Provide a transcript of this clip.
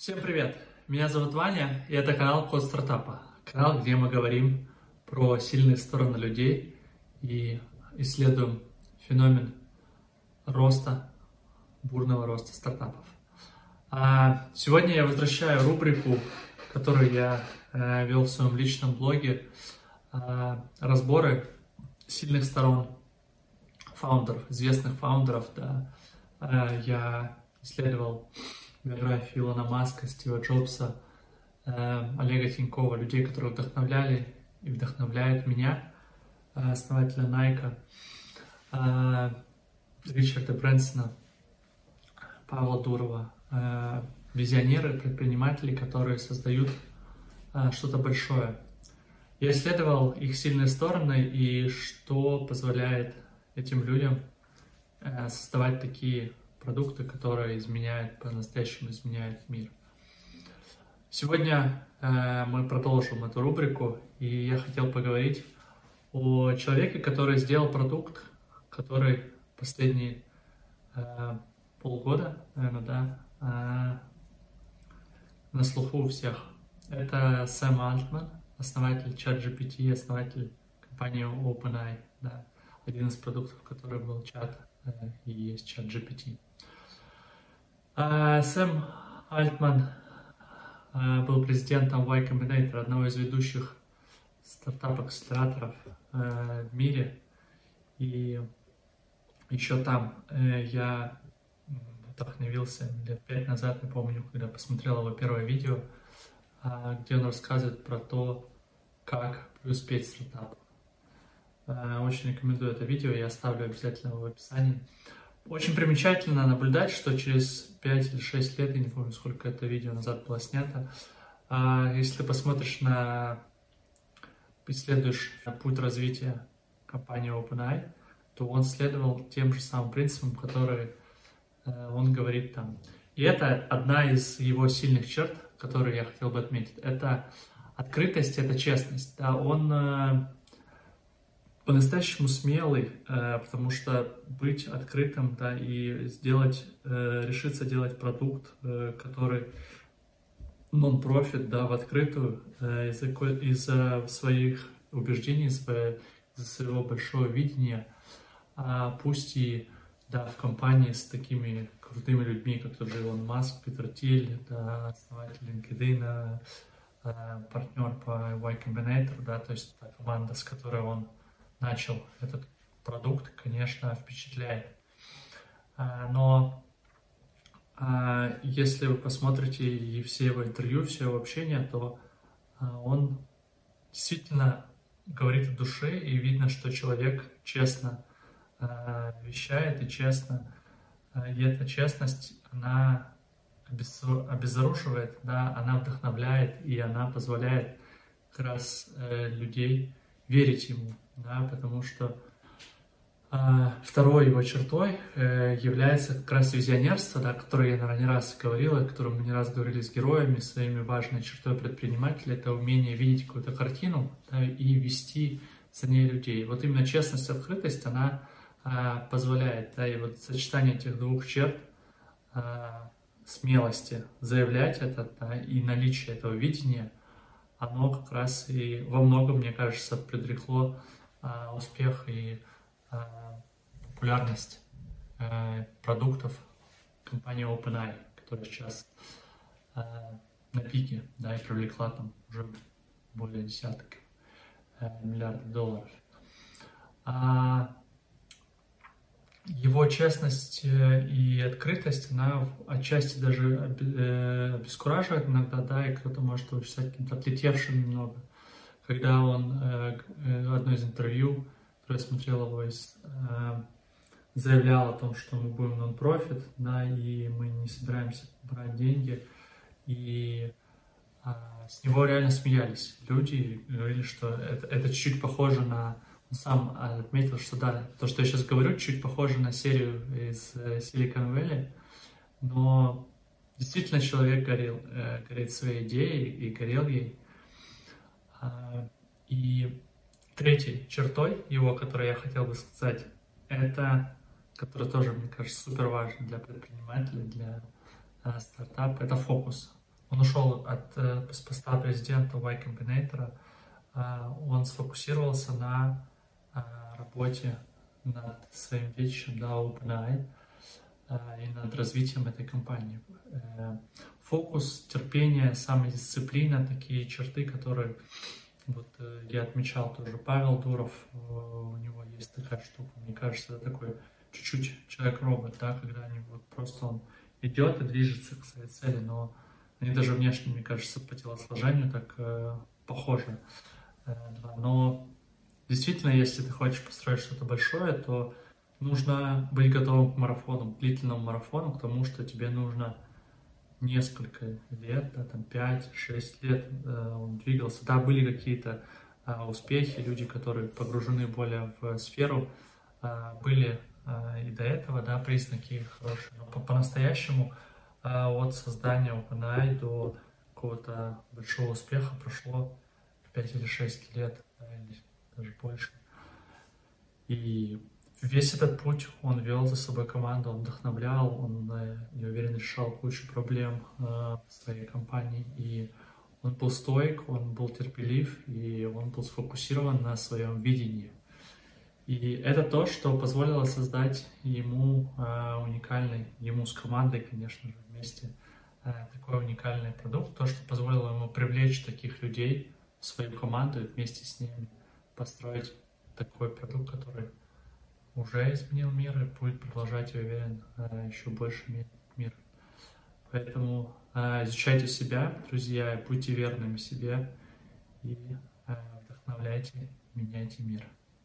Всем привет! Меня зовут Ваня, и это канал Код Стартапа. Канал, где мы говорим про сильные стороны людей и исследуем феномен роста, бурного роста стартапов. Сегодня я возвращаю рубрику, которую я вел в своем личном блоге, разборы сильных сторон фаундеров, известных фаундеров. Я исследовал биографии Илона Маска, Стива Джобса, Олега Тинькова, людей, которые вдохновляли и вдохновляют меня, основателя Nike, Ричарда Брэнсона, Павла Дурова, визионеры, предприниматели, которые создают что-то большое. Я исследовал их сильные стороны и что позволяет этим людям создавать такие продукты, которые по-настоящему изменяют мир. Сегодня мы продолжим эту рубрику, и я хотел поговорить о человеке, который сделал продукт, который последние полгода, наверное, на слуху у всех. Это Сэм Альтман, основатель ChatGPT, основатель компании OpenAI, один из продуктов, который был чат и есть ChatGPT. Сэм Альтман был президентом Y Combinator, одного из ведущих стартап-акселераторов в мире. И еще там я вдохновился лет 5 назад, не помню, когда посмотрел его первое видео, где он рассказывает про то, как преуспеть в стартапах. Очень рекомендую это видео, я оставлю обязательно в описании. Очень примечательно наблюдать, что через 5 или 6 лет, я не помню, сколько это видео назад было снято, если ты посмотришь исследуешь путь развития компании OpenAI, то он следовал тем же самым принципам, которые он говорит там. И это одна из его сильных черт, которые я хотел бы отметить. Это открытость, это честность. Он по-настоящему смелый, потому что быть открытым, и решиться делать продукт, который нон-профит, в открытую, из-за своих убеждений, из-за своего большого видения, пусть и в компании с такими крутыми людьми, как тот же Илон Маск, Питер Тиль, основатель LinkedIn, партнер по Y Combinator, то есть та команда, с которой он начал этот продукт, конечно, впечатляет. Но если вы посмотрите и все его интервью, все его общение, то он действительно говорит от души, и видно, что человек честно вещает и честно. И эта честность, она обезоруживает, она вдохновляет, и она позволяет как раз людей верить ему. Потому что второй его чертой является как раз визионерство, о котором я, наверное, не раз говорил, о котором мы не раз говорили с героями, своими важной чертой предпринимателя, это умение видеть какую-то картину и вести за ней людей. Вот именно честность и открытость, она позволяет, и вот сочетание этих двух черт, смелости заявлять это, и наличие этого видения, оно как раз и во многом, мне кажется, предрекло успех и популярность продуктов компании OpenAI, которая сейчас на пике, и привлекла там уже более десяток миллиардов долларов. Его честность и открытость, она отчасти даже обескураживает иногда, и кто-то может его считать каким-то отлетевшим немного. Когда он одно из интервью, которое я смотрел его, заявлял о том, что мы будем нон-профит, и мы не собираемся брать деньги, и с него реально смеялись люди, и говорили, что это чуть-чуть похоже на... Он сам отметил, что то, что я сейчас говорю, чуть похоже на серию из Silicon Valley, но действительно человек горит своей идеей и горел ей. И третьей чертой его, которую я хотел бы сказать, это, которая тоже, мне кажется, супер важна для предпринимателя, для стартапа, это фокус. Он ушел с поста президента Y Combinator, он сфокусировался на работе над своим детищем, да, OpenAI, и над развитием этой компании. Фокус, терпение, самодисциплина, такие черты, которые вот я отмечал тоже. Павел Дуров, у него есть такая штука, мне кажется, это такой чуть-чуть человек-робот, да, когда они вот просто он идет и движется к своей цели, но они даже внешне, мне кажется, по телосложению так похожи. Да. Но действительно, если ты хочешь построить что-то большое, то нужно быть готовым к марафону, к длительному марафону, к тому, что тебе нужно несколько лет, да, там 5-6 лет он двигался. Да, были какие-то успехи, люди, которые погружены более в сферу, были и до этого, да, признаки хорошие. Но по-настоящему от создания OpenAI до какого-то большого успеха прошло 5 или 6 лет, да, или даже больше. И весь этот путь он вел за собой команду, он вдохновлял, он, я уверен, решал кучу проблем в своей компании. И он был стоик, он был терпелив, и он был сфокусирован на своем видении. И это то, что позволило создать ему уникальный, ему с командой, конечно же, вместе, такой уникальный продукт, то, что позволило ему привлечь таких людей в свою команду и вместе с ними построить такой продукт, который уже изменил мир и будет продолжать, я уверен, еще больше мир. Поэтому изучайте себя, друзья, будьте верными себе и вдохновляйте, меняйте мир.